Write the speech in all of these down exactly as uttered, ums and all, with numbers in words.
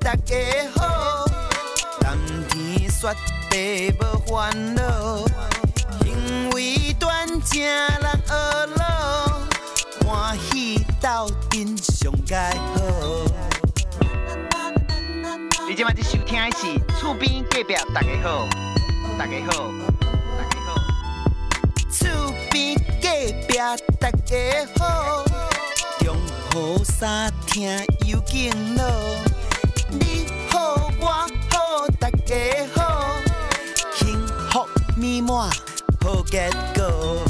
大家好，蓝天雪地无烦恼，行为端正人学老，欢喜斗阵上佳好。你今晚在收听的是厝边隔壁大家好，大家好，大家好，厝边隔壁大家好，中好三听有敬老，你好我好大家好，幸福美满好结果。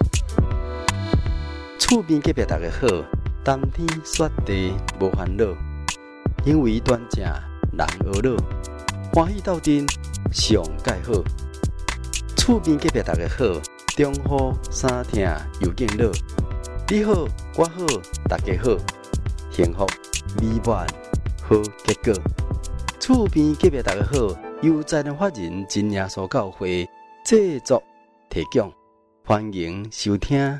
厝边隔壁大家好，冬天雪地无烦恼，因为端正人学老，欢喜斗阵上介好。厝边隔壁大家好，中好三听有敬老，你好我好大家好，幸福美满好结果。厝边隔壁大家好，由在人法人真耶稣教会制作提供，欢迎收听。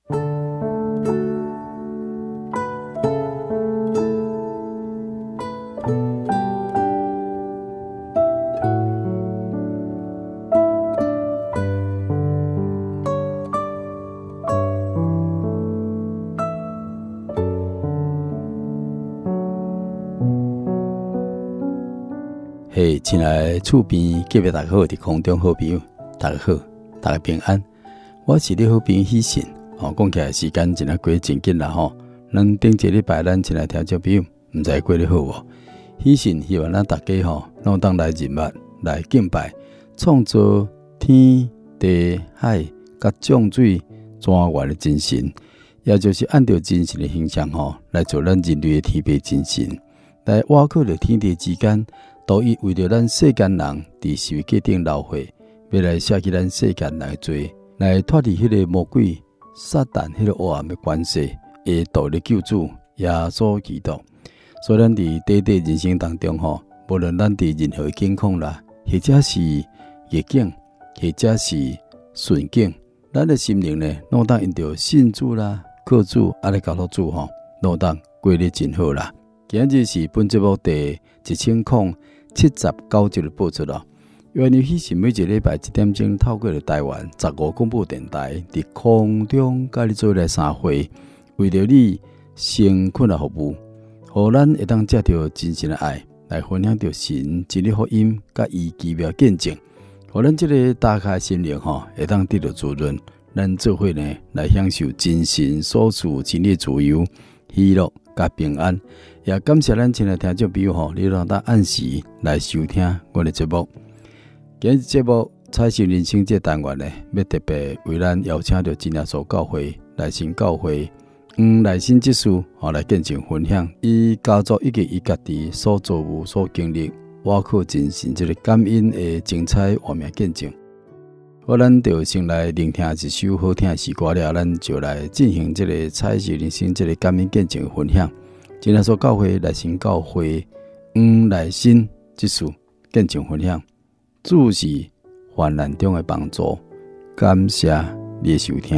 嘿，亲爱的厝边隔壁大家好，伫空中好朋友，大家好，大家平安。我是你好朋友喜信。哦，讲起来时间真啊过真紧啦吼。咱顶一个礼拜咱亲爱听众朋友，毋知过得好无？喜信希望咱大家吼，拢当来认物来敬拜，创造天地海甲众水全源的真神，也就是按照真神的形象吼，来做咱人类的天父真神，来挖靠着天地之间。都以为着咱世间人伫受决定老血，要来写起咱世间人的罪，来脱离迄个魔鬼撒旦迄个黑暗的关系，会道的救主耶稣基督。所以咱伫短短人生当中吼，无论咱伫任何境况啦，或者是逆境，或者是顺境，咱的心灵呢，拢当因着信主啦、靠主啊来交托主吼，拢当过得真好啦。今日是本节目第一千空七十九集的播出咯。原来喜是每一个礼拜一点钟透过了台湾十五广播电台伫空中甲你做来三会，为了你诚恳的服务，互咱会当接到真神的爱，来分享到神真理福音甲伊奇妙见证，互咱这个打开心灵吼，会当得到滋润。咱做伙呢来享受真神所赐真理自由、喜乐甲平安。也感谢咱亲爱听众朋友吼，你让咱按时来收听我的节目。今日节目彩信人生这单元呢，要特别为咱邀请到真耶稣教会来信教会黄来信执事吼来见证分享，伊家族以及伊家己所做有所经历，我靠真神这个感恩的精彩画面见证。好，咱就先来聆听一首好听的诗歌了，咱就来进行这个彩信人生这个感恩见证分享。真耶稣教会来信教会黄来信执事见证分享，主是患难中的帮助，感谢你的收听。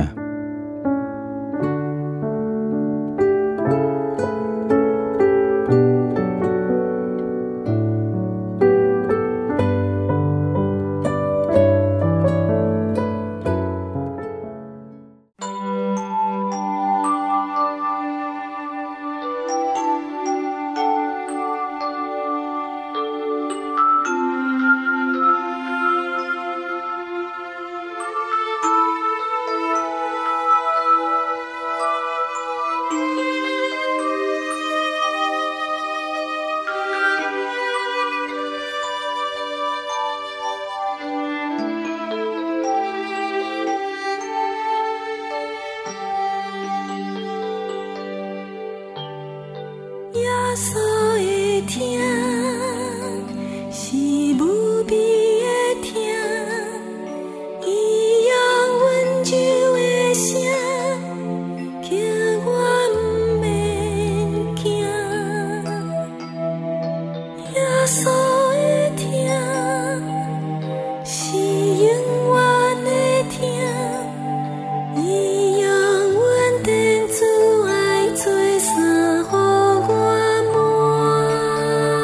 永远的主爱做三乎我满。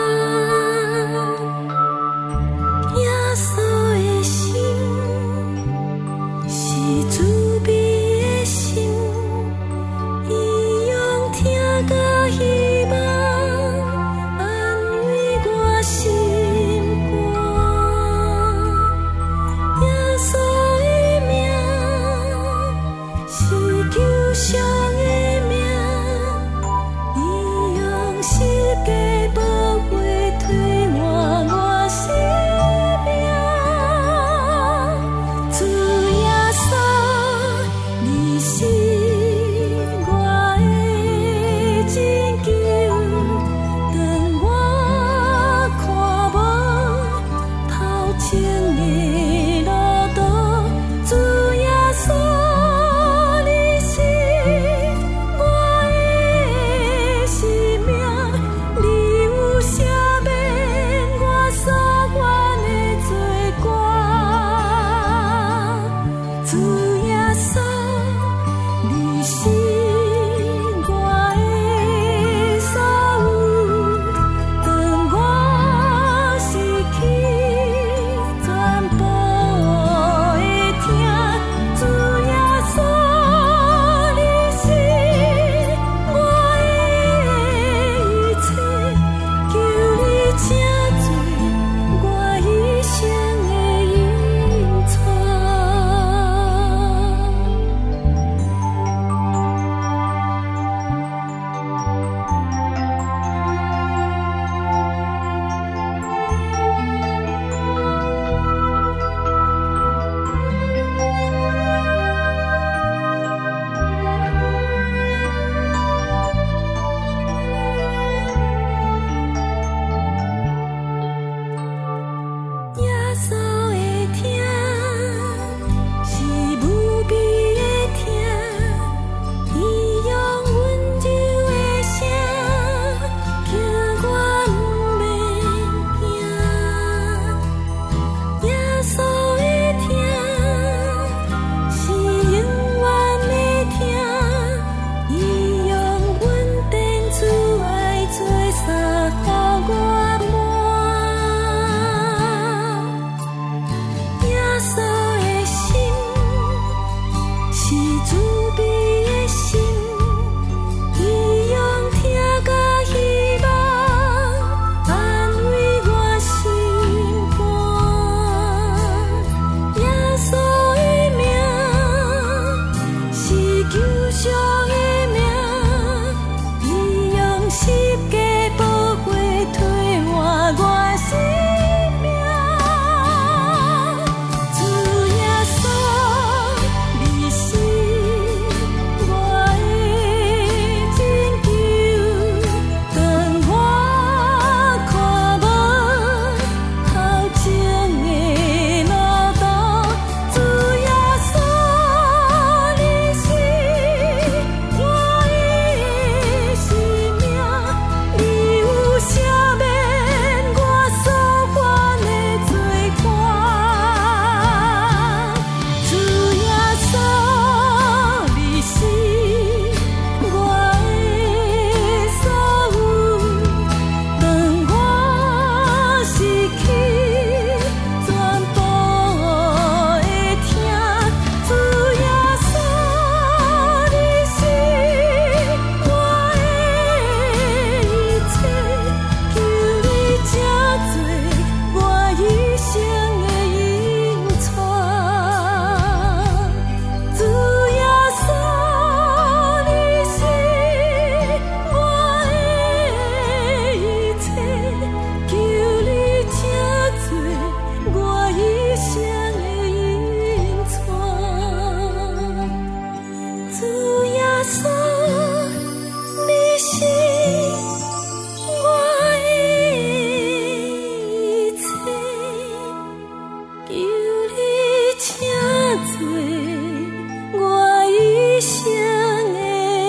我一生的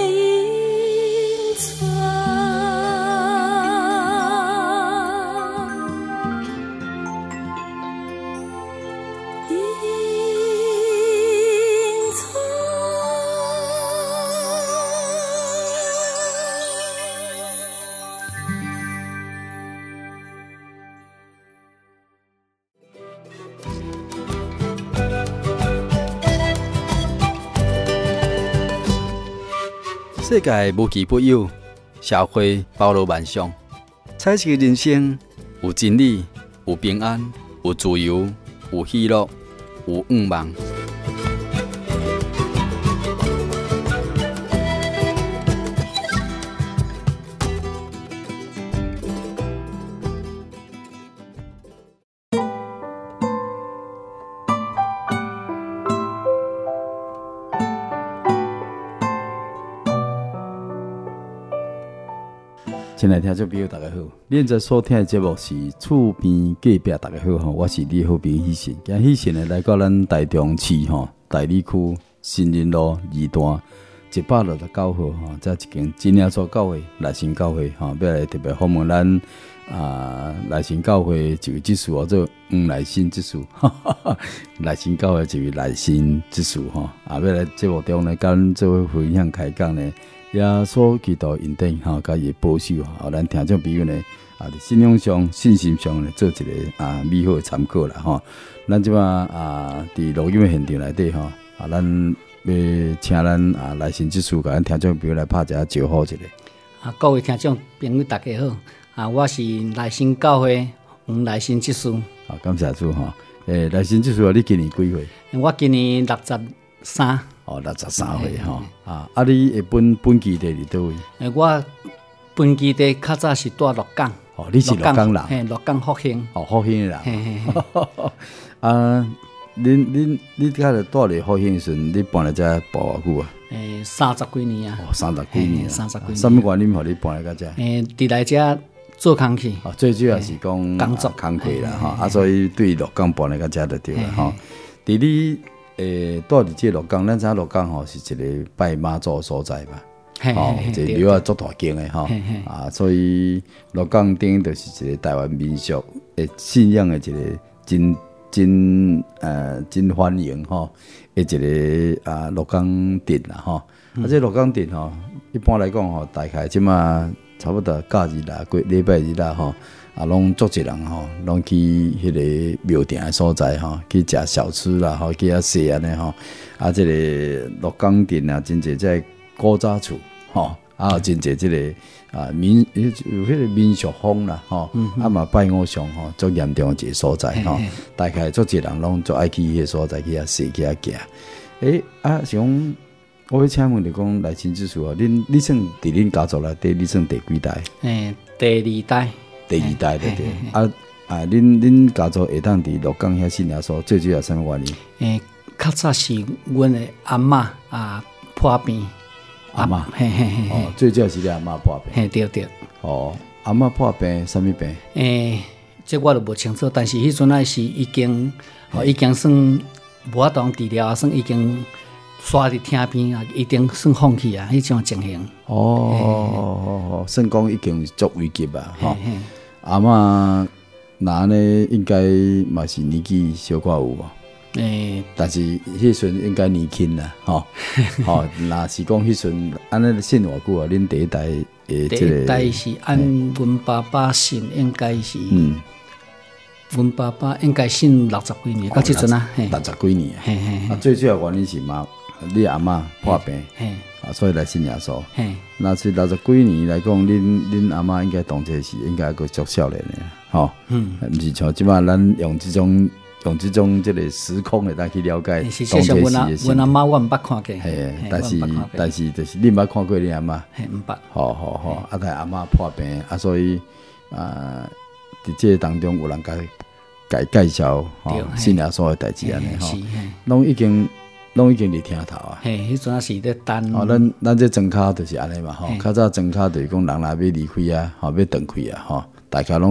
隐世界无奇不有，社会包罗万象，彩色人生有真理，有平安，有自由，有喜乐，有愿望。亲爱的听众朋友，大家好！恁在所听的节目是厝边隔壁，大家好吼，我是你好朋友喜信。今喜信呢来到咱台中市吼大理区新仁路二段一百六十九号吼，这一间真耶稣教会内新教会吼，要来特别访问咱啊内新教会一位执事或者黄内新执事，内新教会一位内新执事吼，啊要来节目中呢跟做位分享开讲呢。也所祈祷引导哈，甲伊保守哈，咱听众朋友呢啊，伫信仰上、信心上呢，做一个啊美好的参考啦哈。咱即摆啊，伫录音的现场内底哈，啊，咱要请咱啊来信之书，甲咱听众朋友来拍一下招呼一下。 啊，各位听众朋友大家好，啊，我是来信教会黄来信之书。 好，感谢主哈。诶，来信之书，你今年几岁？ 我今年六十三。 哦，六十三岁吼，啊，啊，你诶本本基地伫倒位？ 诶，我本基地较早是住鹿港。 哦，你是鹿港人？ 嘿，鹿港复兴。 哦，复兴的人。 嘿嘿嘿。 啊，恁恁你较着住咧复兴时阵，你搬来遮住偌久啊？ 诶，三十几年啊。 哦，三十几年。 三十几年。 什么原因互你搬来遮？ 诶，伫来遮做工去。 哦，最主要是讲工作工课啦，吼，啊，所以对鹿港搬来遮就对啦，吼。伫你诶，住伫即鹿港，咱知鹿港吼是一个拜妈祖所在嘛，吼，这庙啊足大间诶吼，啊，所以鹿港顶就是一个台湾民俗诶信仰诶一个真真呃真欢迎吼，诶一个啊鹿港镇啦吼，啊这鹿港镇吼，一般来讲吼，大概即马差不多假日啦、过礼拜日啦吼。啊，拢足一人吼，拢去迄个庙埕的所在吼，去食小吃啦，吼，去遐踅安尼吼。啊，即、這个鹿港镇啊，真侪即古早厝吼，啊，真侪即個啊民有迄個民俗風啦，吼、嗯，啊嘛拜偶像吼，足嚴重一個所在吼。大概足一人拢足愛去迄個所在去遐踅去遐行。誒、欸，啊，像我要請問你講來新之厝啊，恁你算佇恁家族內底，你算第幾代？ 誒，第二代。 第二代對對，啊啊，恁恁家族會當佇鹿港遐信耶穌，最主要什麼原因？ 誒，較早是阮的阿嬷啊破病， 阿嬷， 嘿嘿嘿， 哦，最主要是你阿嬷破病， 嘿對對， 哦，阿嬷破病，什麼病？ 誒，這我就無清楚，但是迄陣仔是已經，哦，已經算無法度治療啊，算已經刷佇廳邊啊，已經算放棄啊，迄種情形。 哦哦哦，算講已經足危急啊，吼。阿嬷那呢，應該嘛是年紀小可有無？誒、欸，但是迄陣應該年輕啦，吼吼。若是講迄陣安尼信偌久啊？恁第一代誒， 第一代是按阮爸爸信，應該是，嗯，阮爸爸應該信六十幾年，到即陣啊， 六十幾年。嘿嘿。啊，最主要原因是嘛，你阿嬷破病。嘿。啊，所以來信耶穌。嘿，那是六十幾年來講，恁恁阿媽應該當這是應該個足少年的，吼。嗯，唔是像即馬咱用這種用這種即個時空來當去了解當這是的事。 阮阿媽我唔捌看過。 係，但是但是就是你唔捌看過你阿媽。 係唔捌。 好好好，啊，但阿媽破病，啊，所以啊，喺這當中有人甲甲介紹，吼，信耶穌的代志安尼，吼，攏已經。攏已經佇廳頭啊！ 嘿，迄陣仔是咧等。 哦，咱咱這莊卡就是安尼嘛，吼，較早莊卡就是講人若要離開啊，吼，要斷開啊，吼，大家攏佇佇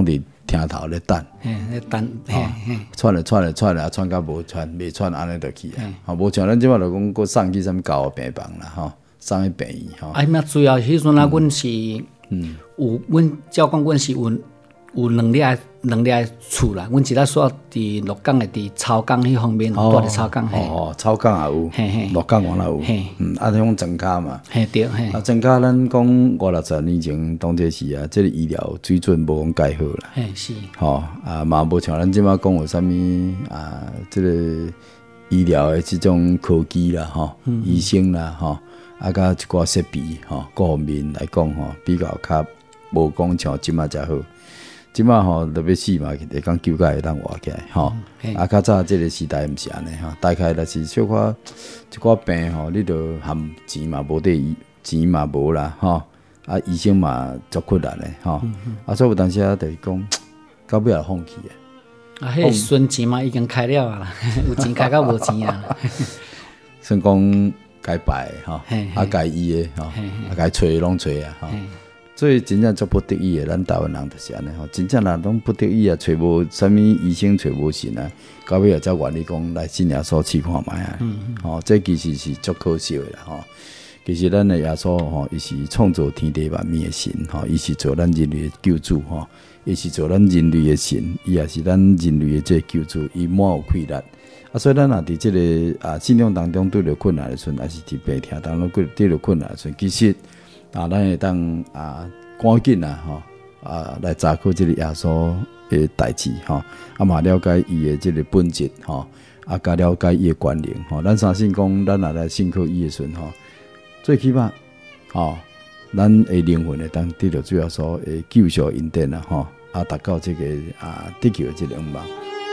厅头咧等， 嘿，咧等，嘿嘿， 喘咧喘咧喘咧，喘到无喘，未喘安尼就去啊。吼，无像咱即摆就讲，佫送去什么高病房啦，吼，送去病院吼。 啊，咩主要迄阵啊，阮是，嗯，有阮照讲，阮是有有两粒两粒厝啦，阮一粒所伫鹿港的，伫草港迄方面，住伫草港。 哦，草港也有， 嘿嘿， 鹿港我也有， 嘿， 嗯，啊，迄种庄卡嘛， 嘿对，嘿。 啊，庄卡咱讲五六十年前当这时啊，即个医疗水准无讲介好啦。 嘿是。 吼啊，嘛无像咱即摆讲有啥物啊，即个医疗的即种科技啦，吼，医生啦，吼，啊，甲一寡设备吼，各方面来讲吼，比较较无讲像即摆遮好。即摆吼特别死嘛，会讲救甲会当活起来吼。啊，较早即个时代毋是安尼吼，大概若是小可一寡病吼，你着含钱嘛无得医，钱嘛无啦吼。啊，医生嘛足困难诶吼。啊，所以有当时啊，就是讲到尾也放弃诶。 啊，迄时阵钱嘛已经开了啊啦，有钱开到无钱啊。 算讲该拜吼，啊该医诶吼，啊该找拢找啊吼。所以真正足不得已诶，咱台湾人就是安尼吼，真正人拢不得已啊，找无啥物医生，找无神啊，到尾也才愿意讲来信耶稣试看觅啊。吼，这其实是足可惜诶啦吼。其实咱诶耶稣吼，伊是创造天地万物诶神吼，伊是做咱人类诶救主吼，伊是做咱人类诶神，伊也是咱人类诶这救主，伊满有气力。啊，所以咱若伫即个啊信仰当中对着困难诶时阵，还是伫病痛当中对着困难诶时阵，其实。啊，咱会当啊，赶紧啊，吼啊，来查考即个耶稣的代志吼，啊嘛了解伊的即个本质吼，啊，加了解伊的关联吼。咱相信讲，咱若来信靠伊的时阵吼，最起码吼，咱的灵魂会当得到主要所的救赎恩典啊，吼啊，达到即个啊地球的即个愿望。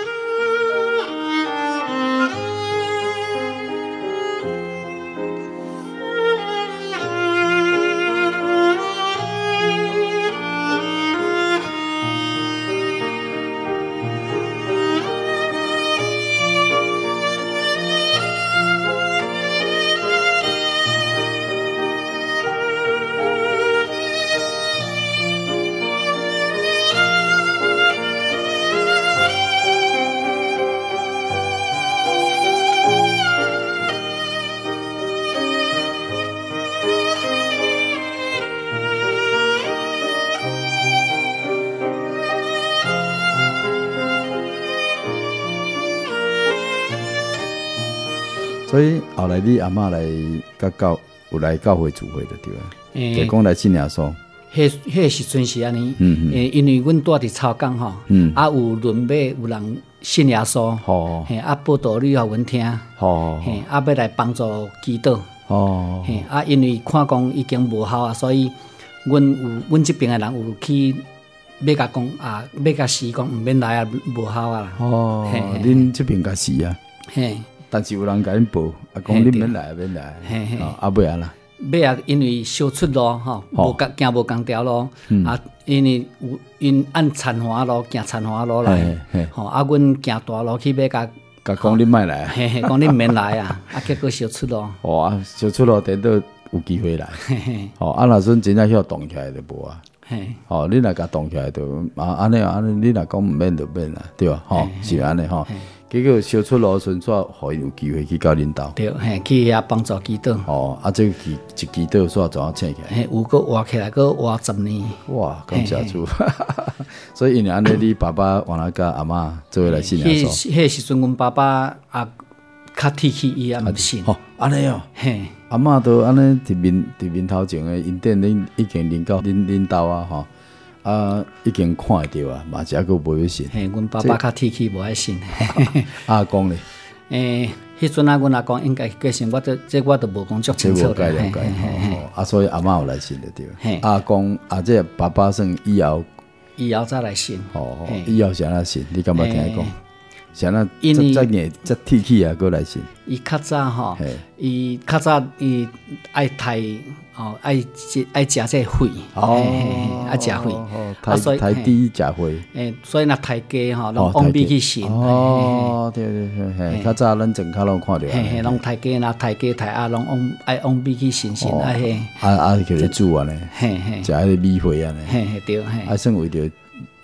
所以后来你阿嬷来甲教有来教会聚会的对啊，就讲来信耶稣。 迄迄时阵是安尼，嗯嗯，因为阮住伫草港吼，嗯，啊有轮马有人信耶稣，吼，嘿，啊报道你互阮听，吼，嘿，啊要来帮助祈祷，吼，嘿，啊因为看讲已经无效啊，所以阮有阮这边的人有去要甲讲啊，要甲死讲毋免来啊，无效啊啦，哦， 恁这边甲死啊， 嘿。 但是有人甲因报，啊讲你免来，免来，啊尾啊啦， 尾啊因为小出路吼，无共行无共条路，啊因为有因按田华路行田华路来，吼啊阮行大路去要甲甲讲你莫来， 嘿嘿，讲你免来啊，啊结果小出路， 哦啊小出路等到有机会来，吼啊若阵真正要动起来就无啊，吼你若甲动起来就啊安尼安尼，你若讲毋免就免啦，对吧？吼是安尼吼。结果小出路顺煞，互伊有机会去到领导。 对，嘿，去遐帮助祈祷。 哦，啊，这祈一祈祷煞怎样请起来？ 嘿，有个活起来，个活十年。 哇，感谢主！所以因为安尼，你爸爸原来甲阿嬷做伙来信耶稣。 迄迄时阵，阮爸爸也较铁气，伊也毋信。 哦，安尼哦。 嘿， 阿嬷都安尼伫面伫面头前诶，因店恁已经领到恁恁兜啊，吼。啊，已经看会到啊，嘛是还佫无要信。 嘿，阮爸爸较铁气，无爱信。 阿公咧， 诶，迄阵啊，阮阿公应该过身，我这这我都无讲足清楚。 了解了解，吼，啊，所以阿嬷有来信的对。阿公啊，这爸爸算以后， 以后再来信。 哦，以后是安怎信？你敢捌听讲？是安怎？因为这硬这铁气啊，佫来信。 伊较早吼，伊较早伊爱刣。哦，爱食爱食这血，哦，爱食血， 啊，所以台底食血， 诶，所以若刣鸡吼，拢往边去信， 哦，对对对，嘿，较早咱正卡拢看着， 嘿嘿，拢刣鸡，若刣鸡刣啊，拢往爱往边去信信，啊嘿， 啊啊，叫你煮安尼， 嘿嘿， 食迄个米血安尼， 嘿嘿对，嘿， 啊，算为着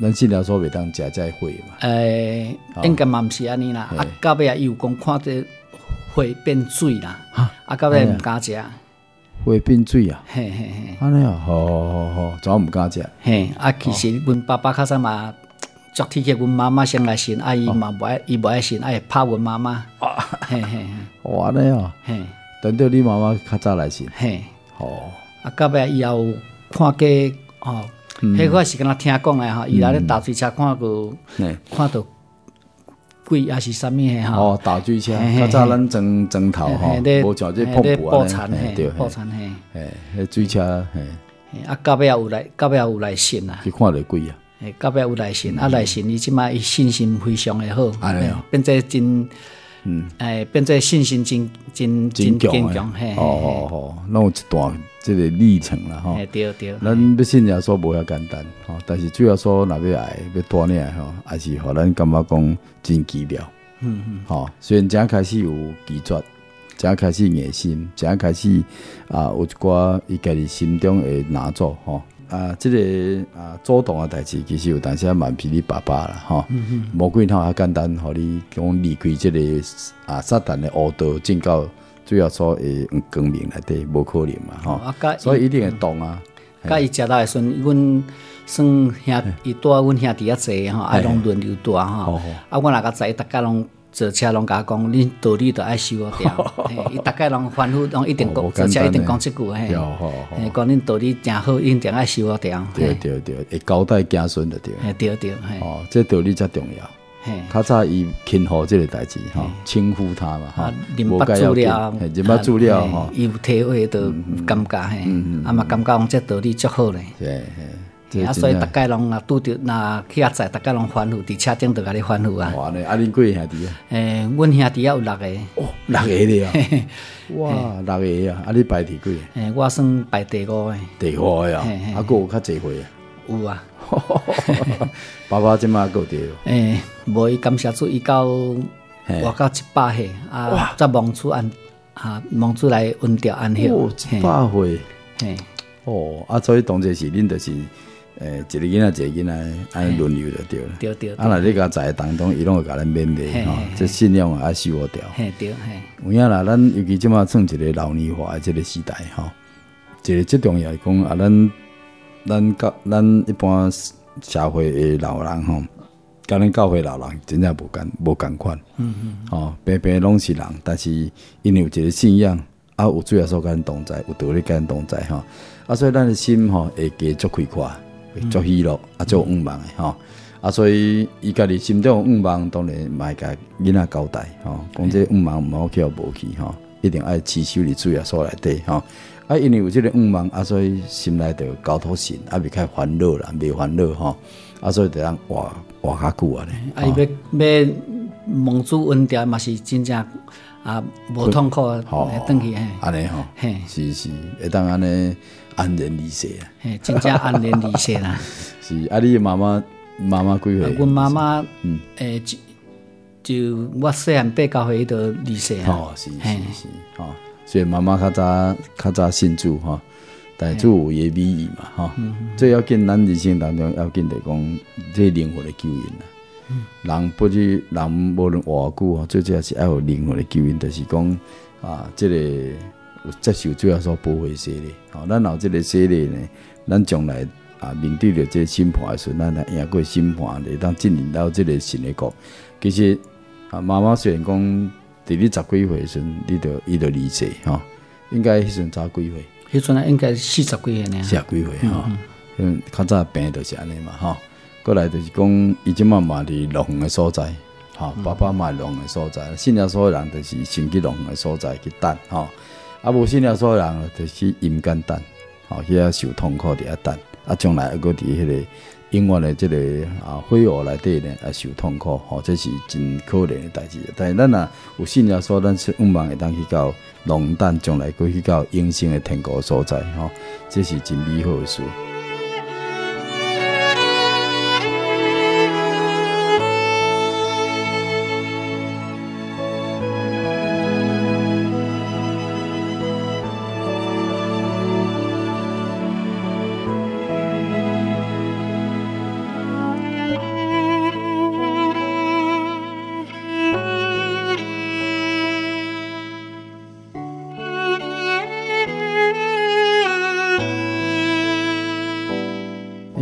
咱信了说袂当食这血嘛？ 诶，应该嘛毋是安尼啦。啊，到尾啊，伊有讲看这血变水啦，啊，到尾毋敢食。 血变水啊？ 嘿嘿嘿， 安尼啊，好好好，怎毋敢食？ 嘿，啊，其实阮爸爸较早嘛，昨天叫阮妈妈先来信，啊，伊嘛无爱，伊无爱信，爱拍阮妈妈。嘿嘿， 哇，安尼啊，嘿，等到你妈妈较早来信。嘿，哦， 啊，到尾以后看过哦。迄个是敢若听讲诶吼，伊来咧倒水车看过，看到鬼还是啥物诶吼？ 哦，倒水车，较早咱装装头吼，无像这碰布啊，对，破产嘿， 嘿，迄水车嘿， 啊，到尾也有来，到尾也有来信啊， 去看到鬼啊， 诶，到尾有来信，啊来信，伊即摆伊信心非常诶好，变做真。嗯，诶，变做信心真真真坚强，嘿， 哦哦哦，那有一段这个历程啦，吼， 对对， 咱要信耶稣无遐简单，吼，但是主要说若要爱要锻炼吼，还是互咱感觉讲真奇妙，嗯嗯，吼，虽然正开始有拒绝，正开始硬心，正开始啊有一寡伊家己心中会拿做，吼。啊，即、這個啊主動嘅代志，其實有當時蠻譬你爸爸啦，吼，魔鬼頭較簡單，互你講離開即個啊撒旦嘅惡道，進到主要說誒光明內底，無可能嘛，吼、啊，所以一定會動啊。 甲伊食到誒時陣，阮算兄伊帶阮兄弟較濟吼，愛攏輪流帶吼，啊，阮若較知，逐家攏。坐車攏甲講，恁道理都愛修我掉。伊大概攏吩咐，攏一定講，坐車一定講即句嘿。嘿，講恁道理誠好，一定愛修我掉。 對對對，會交代子孫就對。 嘿，對對嘿。 哦，這道理才重要。嘿，較早伊輕忽即個代志，吼，輕忽他嘛，吼。 啉捌煮了， 啉捌煮了，吼。 伊有體會到感覺嘿，啊嘛感覺講這道理足好咧。 係係。 啊，所以大概攏若拄着，若去遐載，大概攏吩咐，佇車頂就甲你吩咐啊。 哇呢，啊，恁幾個兄弟啊？ 誒，阮兄弟也有六個。 哦，六個咧啊！哇，六個啊！啊，你排第幾個？ 誒，我算排第五個。 第五個啊！啊，個有較濟歲啊？ 有啊。 爸爸即馬個第？ 誒，無伊感謝主，伊到活到一百歲啊！才望主安啊，望主來恩調安息。 哦，一百歲。嘿。哦，啊，所以當這是恁就是。誒，一個囡仔一個囡仔，安輪流就對了。 對對。 啊，若你甲在當中，伊攏會甲咱勉勵吼，這信仰也愛修我掉。 嘿對嘿。 有影啦，咱尤其即馬算一個老年化的這個時代吼，一個最重要講啊，咱咱教咱一般社會的老人吼，甲咱教會老人真正無共無共款。嗯嗯。吼，平平攏是人，但是因為有一個信仰，啊有主耶穌甲咱同在，有道理甲咱同在吼，啊所以咱的心吼會加足開闊。足喜樂啊，足願望誒吼，啊，所以伊家己心中願望，當然嘛會甲囡仔交代吼，講這願望毋好去無去吼，一定愛持守佇主耶穌內底吼。啊，因為有即個願望，啊，所以心內就交託神，啊，袂較煩惱啦，袂煩惱吼，啊，所以就通活活較久啊咧。 啊，伊要要蒙主恩調嘛是真正啊，無痛苦誒，轉去嘿。 安尼吼，嘿，是是，會當安尼。安然離世啊！ 嘿，真正安然離世啦。 是啊，你媽媽媽媽幾歲？ 阮媽媽，嗯，誒，就就我細漢八九歲就離世啊。 哦，是是是，吼，所以媽媽較早較早信主吼，但係主有伊美意嘛，吼，最要緊咱人生當中要緊就講，這靈魂的救恩啦。人不知人無論偌久吼，最主要是愛有靈魂的救恩，就是講啊，這個。有接受主要所保護洗禮，吼，咱有即個洗禮呢，咱將來啊面對着即個審判的時陣，咱來贏過審判，嚟當進入到即個神的國。其實啊，媽媽雖然講佇你十幾歲時陣，你就伊就離世，吼，應該迄陣早幾歲？ 迄陣啊，應該四十幾歲呢。 四十幾歲，吼，嗯，較早病就是安尼嘛，吼。過來就是講，伊即馬嘛佇樂園的所在，吼，爸爸嘛樂園的所在，信了所有人就是先去樂園的所在去等，吼。啊，無信了所有人就是陰間等，吼，去遐受痛苦佇遐等，啊，將來還佫佇迄個永遠的即個啊火湖內底呢，啊受痛苦，吼，這是真可憐的代志。但是咱若有信了所，咱是願望會當去到龍等，將來佫去到永生的天國所在，吼，這是真美好的事。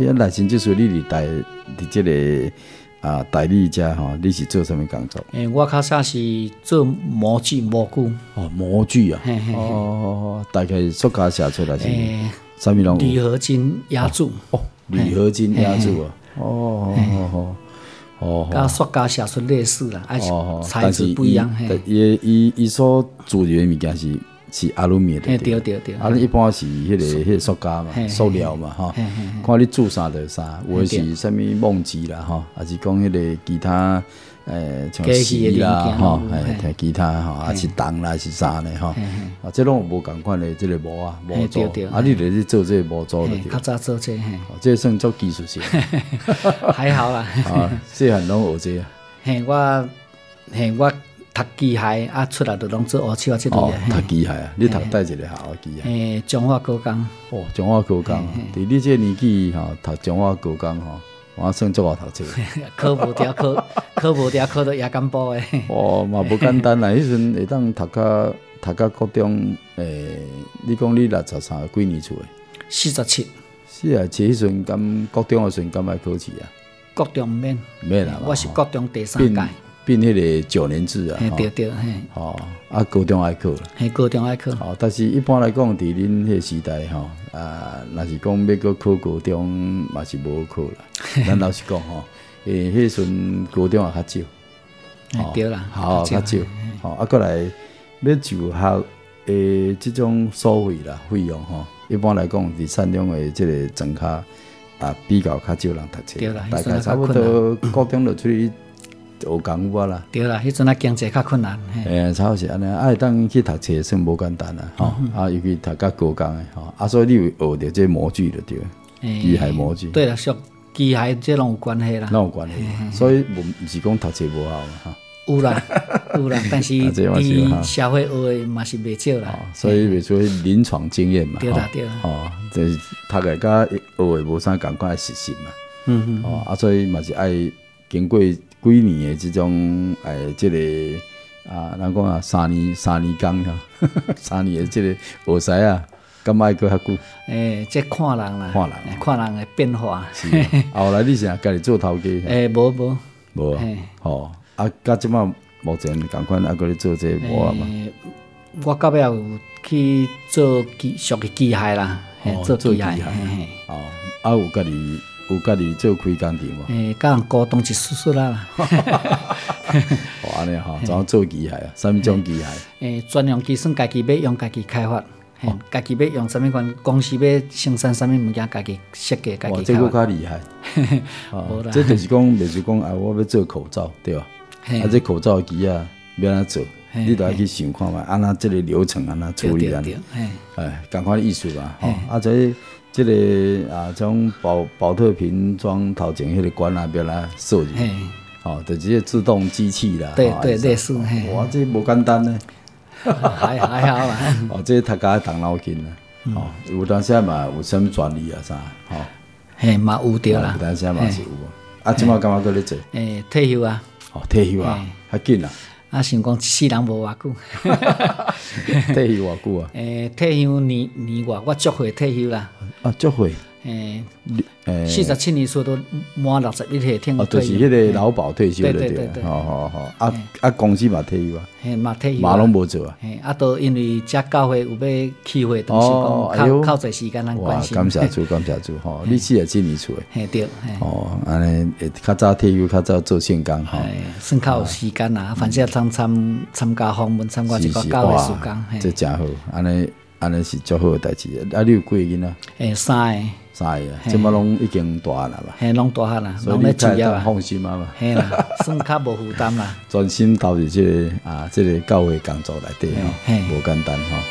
伊啊，来新技术，你伫台伫即个啊台里遮吼，你是做什么工作？ 诶、欸，我较早是做模具模具。 哦，模具啊， 嘿嘿嘿哦，大概塑胶写出来是诶， 啥物拢有？ 铝合金压铸。 哦，铝合金压铸啊，哦哦哦。哦， 甲塑胶写出类似啦，还是材质不一样。 但是伊伊伊所做的物件是是阿鲁米的， 对对对。 啊，一般是迄个迄个塑胶嘛，塑料嘛，哈。看你做啥就啥，有的是啥物梦吉啦，哈，还是讲迄个其他诶像锡啦，哈，诶，其他哈，还是铜啦，是啥呢，哈。啊，这拢无共款的，这个模啊，模组。啊，你就是做这个模组的。 较早做这，嘿。 这算做技术性。 还好啦。 啊，细汉拢学这个。 嘿，我嘿我读机械啊，出来就拢做乌手啊，这类哦，读机械啊，你读倒一个校机械？ 诶，中华高工。 哦，中华高工，伫你这年纪吼，读中华高工吼，我算足好读册。 考无条考，考无条考到夜间部诶。 哦，嘛不简单啦，迄阵会当读到读到高中诶，你讲你六十三几年出诶？ 四十七。 是啊，即迄阵敢高中诶时阵敢爱考试啊？ 高中毋免。 免啦， 我是高中第三届。 变迄个九年制啊， 对对嘿， 哦，啊高中爱考啦， 嘿高中爱考， 哦，但是一般来讲，伫恁迄个时代吼，啊，若是讲要搁考高中，嘛是无考啦。咱老实讲吼，诶，迄阵高中也较少，对啦， 好较少，吼，啊，过来要就学诶，即种收费啦，费用吼，一般来讲，伫山中诶即个庄卡啊，比较较少人读册， 对啦， 大概差不多高中就出去。学功夫啦， 对啦，迄阵啊经济较困难。 诶，差不多是安尼，爱当去读册算无简单啦，吼，啊，尤其读较高工诶，吼，啊，所以你有学着这模具就对，机械模具。 对啦，属机械这拢有关系啦， 拢有关系，所以毋毋是讲读册无效嘛，哈。 有啦，有啦，但是伫社会学诶嘛是袂少啦， 所以袂出临床经验嘛， 对啦对啦， 哦，就是读诶甲学诶无啥共款诶实习嘛，嗯嗯，哦，啊，所以嘛是爱经过。几年的这种诶，这个啊，咱讲啊，三年三年工哈，三年的这个学识啊，敢爱过遐久？ 诶，这看人啦， 看人， 看人的变化。 是啊，后来你是啊，家己做头家？ 诶，无无无啊，吼啊，甲即马目前共款啊，搁咧做这无啊嘛。 我到尾有去做机属于机械啦，做机械。 哦，啊，有家己。有家己做开工店无？ 诶，甲人沟通一叔叔啦。 哦，安尼吼，怎样做机械啊？什么种机械？ 诶，专用机算家己要用，家己开发。哦，家己要用什么款？公司要生产什么物件，家己设计，家己开发。哇， 这个较厉害。哦，这就是讲，袂是讲啊，我要做口罩，对吧？啊，这口罩机啊，要安怎做？你都要去想看嘛，安那这个流程安那处理安尼？哎，共款艺术嘛，吼，啊这。这个啊，种保保特瓶装头前迄个管啊，别来设计，哦，就是这自动机器啦， 对对类似， 哇，这无简单呢， 还还好啦， 哦，这读家动脑筋啦，哦，有当时嘛有啥物专利啊啥，吼， 嘿嘛有着啦， 有当时嘛是有，啊，即马干嘛搁咧做？ 诶，退休啊， 哦，退休啊，较紧啊。 啊，想讲一世人无偌久， 退休偌久啊？ 诶，退休年年外，我足岁退休啦。 啊，足岁。 诶，诶，四十七年岁都满六十一岁，退休。 哦，就是迄个劳保退休了， 对对对。 好好好，啊啊，公司嘛退休啊。 嘿，嘛退休。 嘛拢无做啊。 嘿，啊，都因为遮教会有要起会，当时讲靠靠侪时间咱关心。 哇，感谢主，感谢主吼！你四十七年出诶。 嘿对。 哦，安尼会较早退休，较早做线工吼。 算较有时间啦，反正参参参加访问，参加一个教会时间。 这真好，安尼安尼是足好诶代志。啊，你有几个囡仔？ 诶，三个。 三个啊，即摆拢已经大汉啦吧？ 嘿，拢大汉啦， 拢咧就业啊，放心啊嘛。 嘿啦，算较无负担啦。 专心投入即个啊，即个教会工作内底吼，无简单吼。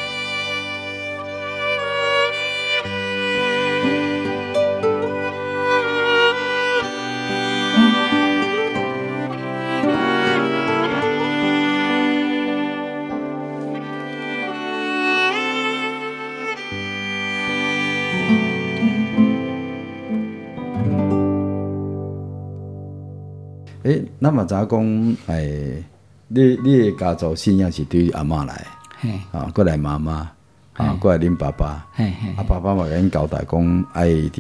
诶，咱嘛知影讲，诶，你你的家族信仰是对阿嬷来，啊，过来妈妈，啊，过来恁爸爸，啊，爸爸嘛甲恁交代讲，爱伫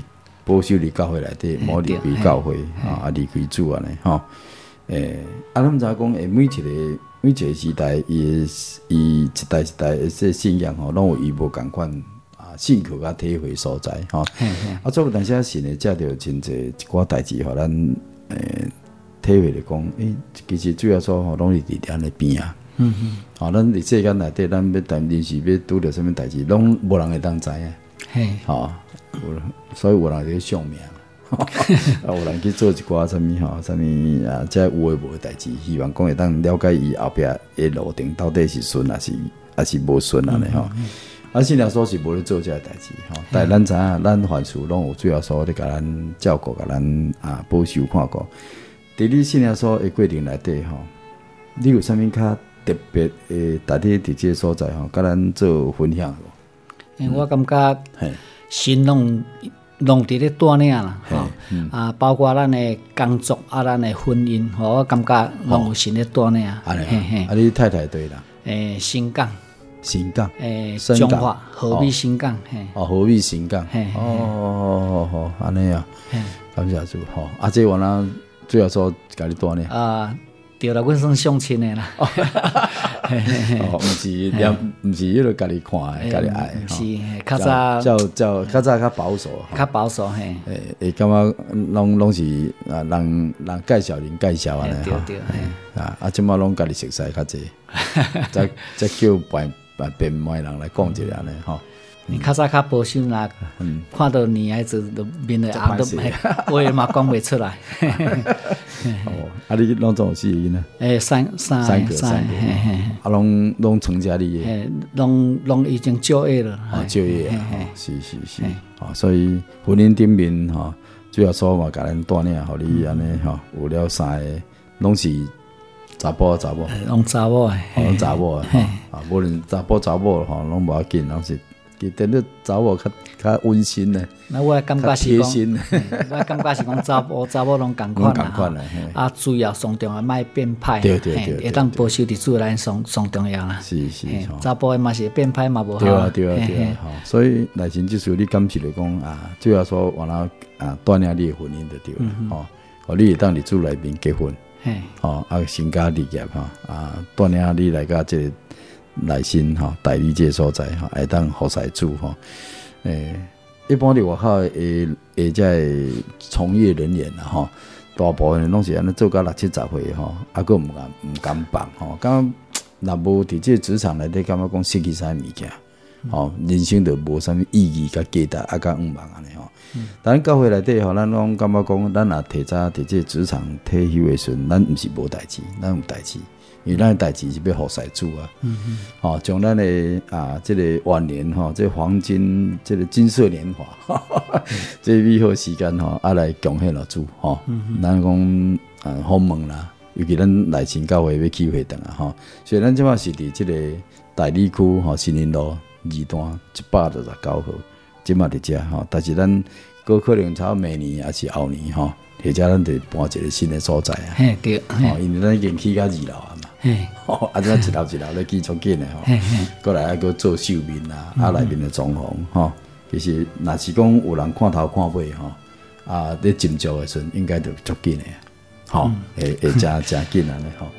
保守伫教会内底，无离开教会啊，啊离开主安尼吼。诶，啊，咱毋知影讲诶，每一个每一个时代，伊伊一代一代诶，这信仰吼，拢有伊无共款啊，信靠甲体会所在吼。啊，做有当时啊，信诶，则着真侪一寡代志，互咱诶体会着讲，诶，其实主要说吼，拢是伫咱诶边啊。嗯嗯。吼，咱伫世间内底，咱要谈临时要拄着啥物代志，拢无人会当知影。嘿。吼，所以有人伫相命。啊，有人去做一寡啥物吼，啥物啊，即有诶无诶代志，希望讲会当了解伊后壁诶路程到底是顺还是还是无顺安尼吼。啊，信仰所是无咧做即个代志吼，但咱知影，咱凡事拢有主要所咧甲咱照顾，甲咱啊保守看顾。伫你信仰所诶过程内底吼，你有啥物较特别诶，大体伫即个所在吼，甲咱做分享无？ 诶，我感觉神拢。拢伫咧带领啦，吼、嗯、啊，包括咱的工作啊，咱的婚姻，吼，我感觉拢有神咧带领。 安尼、哦，啊，你太太对啦？ 诶，新港， 新港， 诶，中华河美新港，嘿， 哦，河美新港，嘿，哦哦哦，安尼啊，感谢主，吼，啊，这我呢，最后说甲你带领啊。对啦，阮算相亲的啦。 哦，毋是，毋是迄个家己看的，家己爱。 是，较早较较较早较保守。 较保守嘿。 诶，会感觉拢拢是啊，人人介绍人介绍安尼吼。对对嘿。 啊，啊，即马拢家己熟悉较济，再再叫别别别卖人来讲一下安尼吼。 你较早较保守啦，嗯、看到女孩子都面的红都话嘛讲袂出来。 哦，啊，你拢总有四个囡仔？ 诶，三三三个三个，啊，拢拢成家立业， 诶，拢拢已经就业了， 啊，就业啊，是是是，啊，所以婚姻顶面哈，主要说嘛，甲咱带领，互你安尼哈，有了三个，拢是查甫查某， 拢查某诶， 拢查某诶，啊，无论查甫查某吼，拢无要紧，拢是。等于查某较较温馨呢， 那我感觉是讲，我感觉是讲查某查某拢共款啦，啊，主要上重要莫变歹， 对对对， 会当保守伫主咱上上重要啦。 是是， 查甫诶嘛是变歹嘛无好。 对啊对啊对啊，所以内心即时你感谢来讲啊，主要说完了啊，锻炼你诶婚姻就对啦，吼，互你会当伫主内面结婚，吼啊，成家立业哈啊，锻炼你来甲即个。内心吼，代理这所在吼，会当服侍主吼。诶，一般伫外口诶诶，在从业人员啦吼，大部分拢是安尼做到六七十岁吼，啊，佫毋敢毋敢放吼，感若无伫这职场内底，感觉讲失去啥物件，吼，人生就无啥物意义甲价值，啊，甲毋茫安尼吼。但教会内底吼，咱拢感觉讲，咱若提早伫这职场退休诶时阵，咱毋是无代志，咱有代志。因为咱的代志是要服侍主啊，嗯嗯，吼，将咱的啊，这个晚年吼，这黄金，这个金色年华，这美好时间吼，啊来贡献了主吼，咱讲啊访问啦，尤其咱内心教会要起会等啊吼，所以咱即马是伫这个大理区吼，新林路二段一百六十九号，即马伫遮吼，但是咱过可能差明年还是后年吼，或者咱得搬一个新的所在啊， 嘿对， 吼，因为咱已经起到二楼啊。嘿，啊，咱一楼一楼咧建足紧诶吼，过来还佫做秀面啦，啊内面诶装潢吼，其实若是讲有人看头看尾吼，啊咧进驻诶时阵，应该就足紧诶，吼，会会真真紧安尼吼。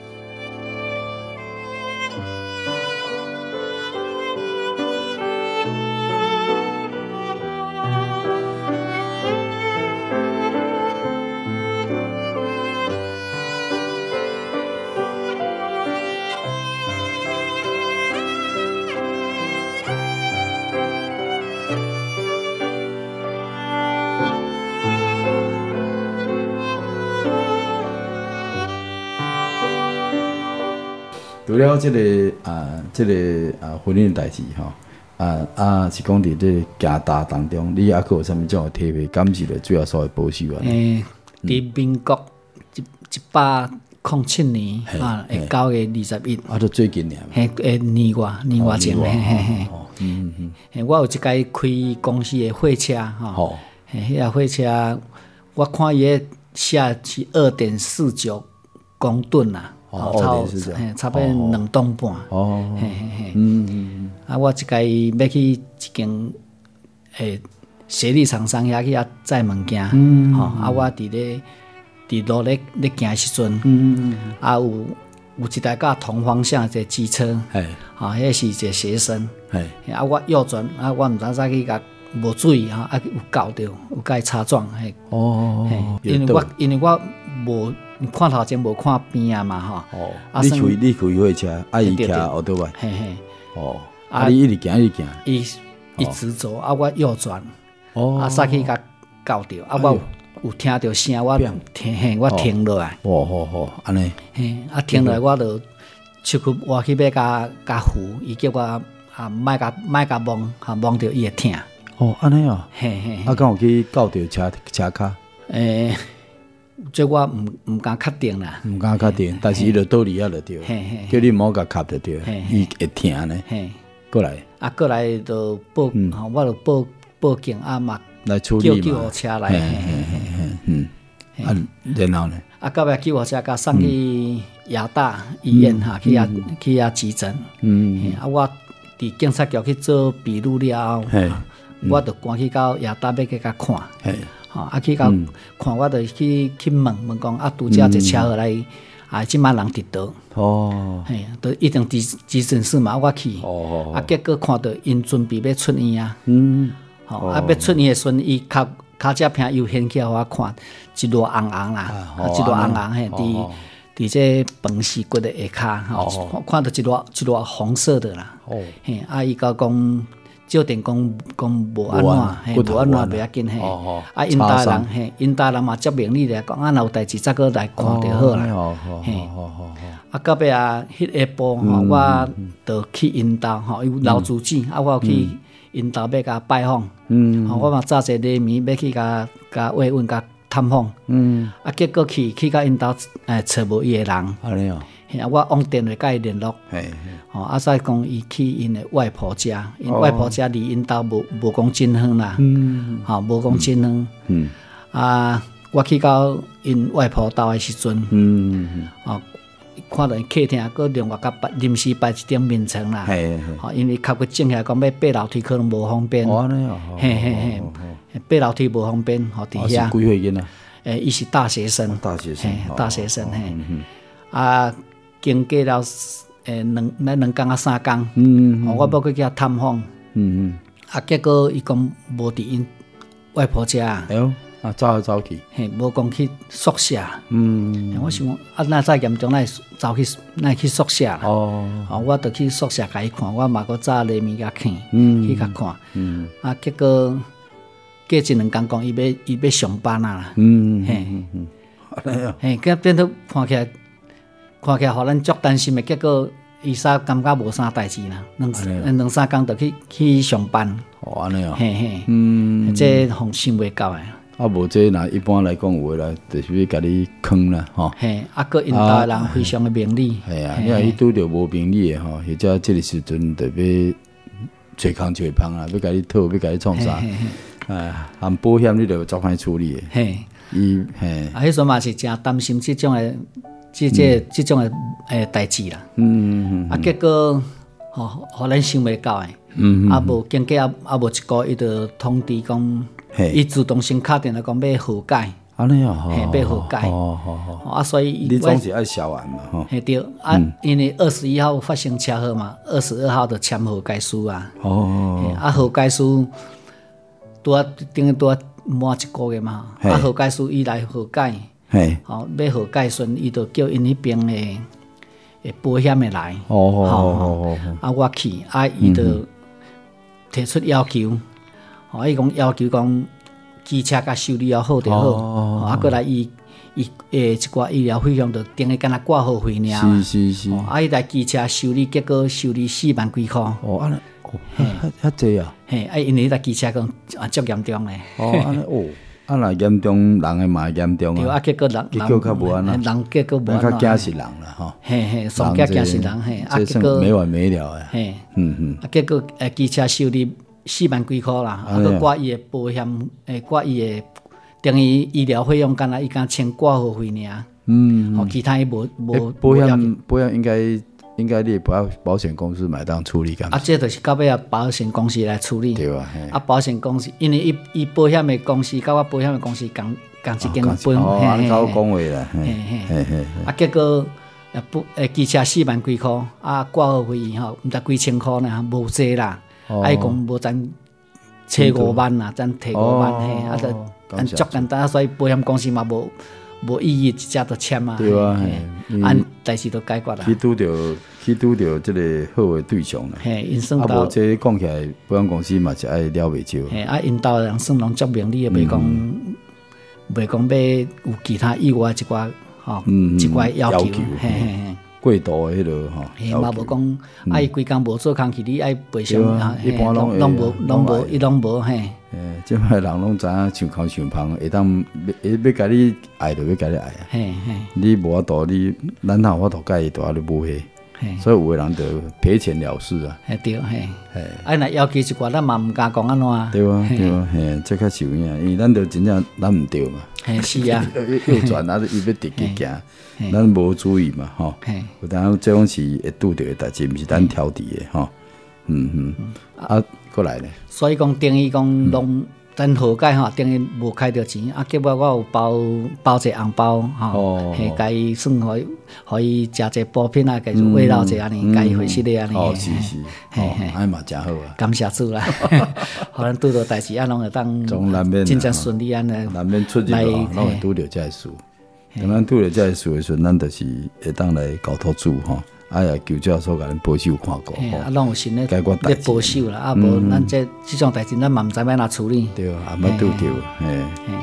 除了这个啊，这个啊婚姻代志吼，啊啊是讲伫这行大当中，你还佫有啥物种体会？感谢咧，主要所谓保守啊。 诶，伫民国一一百零七年啊，诶九月二十一， 啊，都最近年。 嘿，诶年外年外前，嘿嘿嘿。嗯嗯嗯。我有一届开公司诶货车吼，嘿，迄个货车我看伊诶写是二点四九公吨啦。哦，差嘿，差不多两吨半。哦，嘿嘿嘿。嗯嗯啊，我即个要去一间诶协力厂商遐去遐载物件，嗯，吼、哦，啊，我伫咧伫路咧咧行时阵，嗯，啊有有一台甲同方向一个机车，嘿，吼、哦，迄是一个学生，嘿，啊，我右转，啊，我毋知再去甲无注意哈，啊，有搞着，有甲伊擦撞，嘿，哦，嘿，因为我因为我无看头前无看边啊嘛，吼，哦， 啊，你开你开火车，啊，伊骑奥多吧，嘿嘿，哦，啊，你一直行一直行， 伊一直走，啊，我右转，哦，啊，煞去甲搞着，啊，我有听到声，我停，嘿，我停落来， 哦哦哦，安尼， 嘿，啊，停落来，我就出去我去要甲甲扶，伊叫我啊，莫甲莫甲摸，哈，摸着伊会疼。 哦，安尼啊，嘿嘿，啊，敢有去搞着车车卡？ 诶，这我毋毋敢确定啦， 毋敢确定，但是伊就倒伫遐就对，叫你莫甲卡就对，伊会疼呢。嘿，过来， 啊，过来就报，我就报报警啊嘛， 来处理嘛， 叫救护车来，嘿嘿嘿， 嗯，啊，然后呢？ 啊，到尾救护车甲送去亚大医院哈，去遐去遐急诊，嗯，啊，我伫警察局去做笔录了后。我就赶去到亚达要去甲看，吼啊去到、嗯、看，我就去去问问讲啊，拄则一车祸来，啊，即摆人跌倒，哦，嘿，都一定急急诊室嘛，我去，哦，啊，结果看到因准备要出院啊，嗯，吼、哦，啊，要出院的时阵，伊脚脚只片又掀起来，我看一坨红红啦，啊，哦、一坨红红嘿，伫伫这饭匙骨的下骹，吼、哦，看看到一坨一坨红色的啦，哦，嘿，啊，伊甲讲。照定讲讲无安怎，嘿，无安怎袂要紧嘿。啊，因大人嘿，因大人嘛接明你来讲，啊，若有代志再搁来看就好啦。嘿，啊，到尾啊，迄下晡吼，我就去因兜吼，有老主子，啊，我去因兜要甲拜访。嗯，吼，我嘛早些礼暝要去甲甲慰问甲探访。嗯，啊，结果去去甲因兜诶找无伊个人。安尼哦。啊，我往电话甲伊联络，吼，啊，再讲伊去因的外婆家，因外婆家离因兜无无讲真远啦，吼，无讲真远，嗯，啊，我去到因外婆兜的时阵，嗯，哦，看到因客厅搁另外甲摆临时摆一张面床啦，吼，因为脚骨整起来讲要爬楼梯可能无方便，哦，安尼哦，嘿嘿嘿，爬楼梯无方便，吼，伫遐， 是几岁囡仔？ 诶，伊是大学生， 大学生， 大学生，嘿，啊。经过了诶两两两工啊三工，嗯，嗯我要去遐探访，嗯嗯，啊结果伊讲无伫因外婆家， 哎呦，啊走来走去， 嘿，无讲去宿舍，嗯，我想讲啊那再严重，那走去那去宿舍，哦，啊我就去宿舍甲伊看，我嘛个早黎暝甲看，嗯，去甲看，嗯，啊结果过一两工讲伊要伊要上班啊，嗯，嘿，嗯，哎呀，嘿，佮变做看起来。看起来互咱足担心的，结果伊煞感觉无啥代志啦，两两三工就去去上班。 哦，安尼哦， 嘿嘿，嗯，这互想袂到诶。 啊，无这若一般来讲有诶啦，就是要甲你坑啦，吼。 嘿，啊，个因兜人非常诶明理。 系啊，因为伊拄着无明理诶吼，或者即个时阵特别找空找芳啊，要甲你讨，要甲你创啥？哎，含保险你着足歹处理诶。嘿，伊嘿， 啊，迄阵嘛是真担心即种诶。即这即种诶诶代志啦，嗯，啊结果吼，互咱想袂到诶，嗯，啊无经过啊啊无一个伊就通知讲，伊自动先敲电话讲要和解， 安尼啊， 嘿，要和解，哦哦哦，啊所以你总是爱小完嘛，吼， 嘿对，啊因为二十一号发生车祸嘛，二十二号就签和解书啊，哦，啊和解书拄啊等于拄啊满一个月嘛，啊和解书伊来和解。嘿，好，要和解顺，伊就叫因迄边诶诶保险诶来，哦哦哦哦，啊我去，啊伊就提出要求，吼，伊讲要求讲机车甲修理要好就好，啊过来伊伊诶一寡医疗费用就等于敢若挂号费尔， 是是是， 啊伊台机车修理结果修理四万几箍， 哦安尼，哦，遐遐济啊， 嘿，啊因为迄台机车讲啊足严重诶， 哦安尼哦。啊，若严重，人诶嘛严重啊。 对啊，结果人结果较无安怎，人结果无安怎，较惊死人啦吼。 嘿嘿，上惊惊死人嘿， 啊结果没完没了诶。嘿， 嗯嗯，啊结果诶机车修理四万几箍啦，啊个挂伊诶保险，诶挂伊诶等于医疗费用，干那伊敢签挂号费尔。嗯，哦，其他伊无无保险保险应该应应该你保保险公司买当处理干嘛？ 啊，这就是到尾啊保险公司来处理。 对啊， 啊保险公司，因为伊伊保险的公司，甲我保险的公司共共一间保险。 哦，安搞讲话啦，嘿嘿嘿。 啊，结果啊不诶，机车四万几箍，啊挂号费吼，毋知几千箍呢，无济啦。啊，伊讲无咱车五万啦，咱摕五万嘿，啊，就按足简单，所以保险公司嘛无。无意义，一只就签啊！ 对啊， 按代志都解决啦。 去拄着，去拄着即个好的对象啦。 嘿，因算到啊，无这讲起来，保险公司嘛是爱了袂少。 嘿，啊，因兜人算拢足明理，袂讲，袂讲要有其他意外一寡吼，一寡要求。嘿嘿嘿。 过度的迄落吼， 嘿嘛无讲，啊伊规工无做工去，你爱赔偿啊？ 一般拢拢无，拢无，伊拢无嘿。 诶，即摆人拢知影想空想芳，会当要要甲你爱就要甲你爱啊。 嘿嘿， 你无法度，你咱哪有法度介意大你无迄，所以有个人就赔钱了事啊。 嘿对嘿，嘿，啊若要求一寡，咱嘛毋敢讲安怎。 对啊对啊，嘿，这较是有影，因为咱就真正咱毋对嘛。 嘿是啊， 右转啊，伊要直直行，咱无注意嘛吼。有当这种是会拄着的代志，毋是咱挑剔的吼。嗯嗯，啊，过来咧。 所以讲，等于讲拢咱和解吼，等于无开着钱，啊，结果我有包包一个红包吼，嘿，甲伊算互伊，互伊食一补品啊，家己慰劳者安尼，甲伊回息咧安尼。 哦，是是，嘿嘿，安嘛真好啊。 感谢主啦，互咱拄着代志啊，拢会当真正顺利安尼。 难免出入哦，拢会拄着这事。当咱拄着这事的时阵，咱就是会当来交托主吼。啊呀，求教授甲咱保守看过， 啊，拢有心咧咧保守啦，啊，无咱这这种代志，咱嘛毋知要哪处理。 对啊，啊，要拄着，嘿。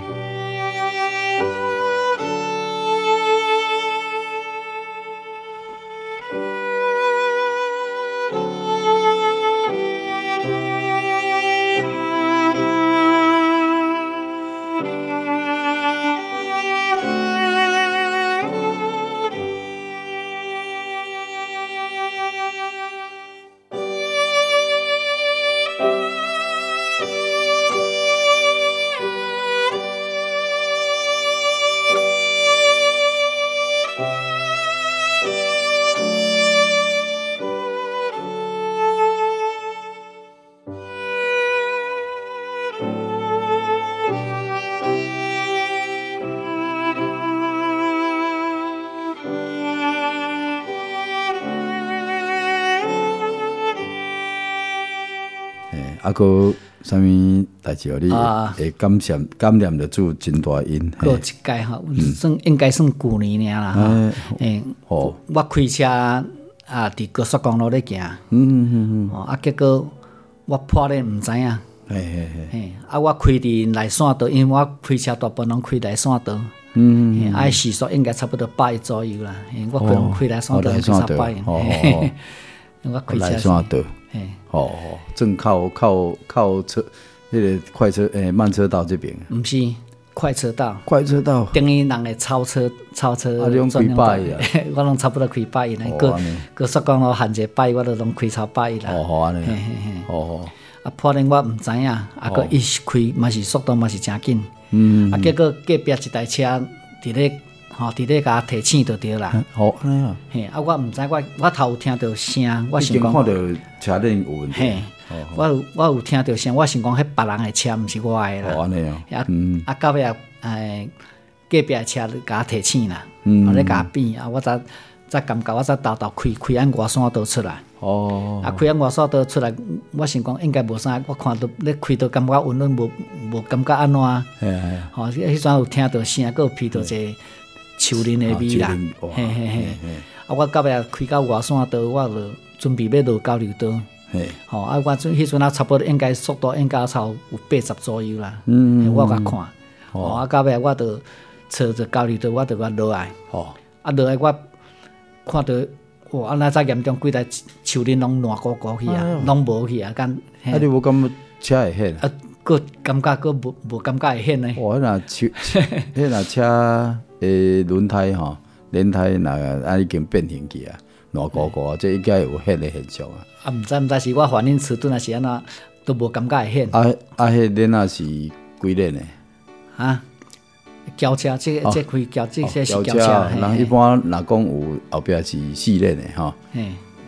啊，个啥物代志哦？你会感谢感念着主真大恩。 过一届吼，算应该算旧年尔啦哈。诶，我开车啊，伫高速公路咧行。嗯嗯嗯。啊，结果我破咧毋知影。嘿嘿嘿。啊，我开伫内线道，因为我开车大部分拢开内线道。嗯嗯。啊，时速应该差不多百一左右啦。我可能开内线道开差百。哦哦。我开车。 内线道。嘿，哦哦，正靠靠靠车，那个快车诶、欸、慢车道这边， 不是快车道， 快车道等于人的超车超车， 啊，你用开百一啊， 我拢差不多开百一呢，个个速公路限一个百一，我都拢开超百一啦。 哦好安尼，嘿嘿嘿， 哦哦，啊，破零我毋知影，啊个伊开嘛是速度嘛是真紧，嗯，啊结果隔壁一台车伫咧。吼，伫咧甲提醒就对啦。 好，安尼啊。 嘿，啊，我毋知，我我头有听到声，我想讲。 看到车顶有问题。 嘿，我有我有听到声，我想讲，迄别人的车，毋是我的啦。 哦，安尼啊。 啊，啊，到尾啊，诶，隔壁的车甲提醒啦，我咧甲变啊，我才才感觉，我才豆豆开开按外线道出来。哦。啊，开按外线道出来，我想讲应该无啥，我看到咧开到感觉温润，无无感觉安怎？嘿嘿。吼，迄阵有听到声，佮有闻到一个。树林的味啦，嘿嘿嘿，啊！我到尾开到外线道，我就准备要落交流道，吼！啊！我迄阵啊，差不多应该速度应该超有八十左右啦，嗯，我甲看，吼！啊！到尾我就坐着交流道，我就甲落来，吼！啊！落来我看到哇，安那遮严重，几台树林拢烂糊糊去啊，拢无去啊，干。 啊！你无感觉车会险啊？个感觉个无无感觉会险呢？ 哇！那车，迄那车。诶，轮胎吼，轮胎若啊已经变形去啊，烂糊糊啊，这应该有迄个现象啊。 啊，毋知毋知是我反应迟钝，还是安怎，都无感觉会险。 啊啊，迄轮啊是几轮的？ 啊，轿车，这这开轿，这些是轿车。 人一般若讲有后壁是四轮的吼。嘿。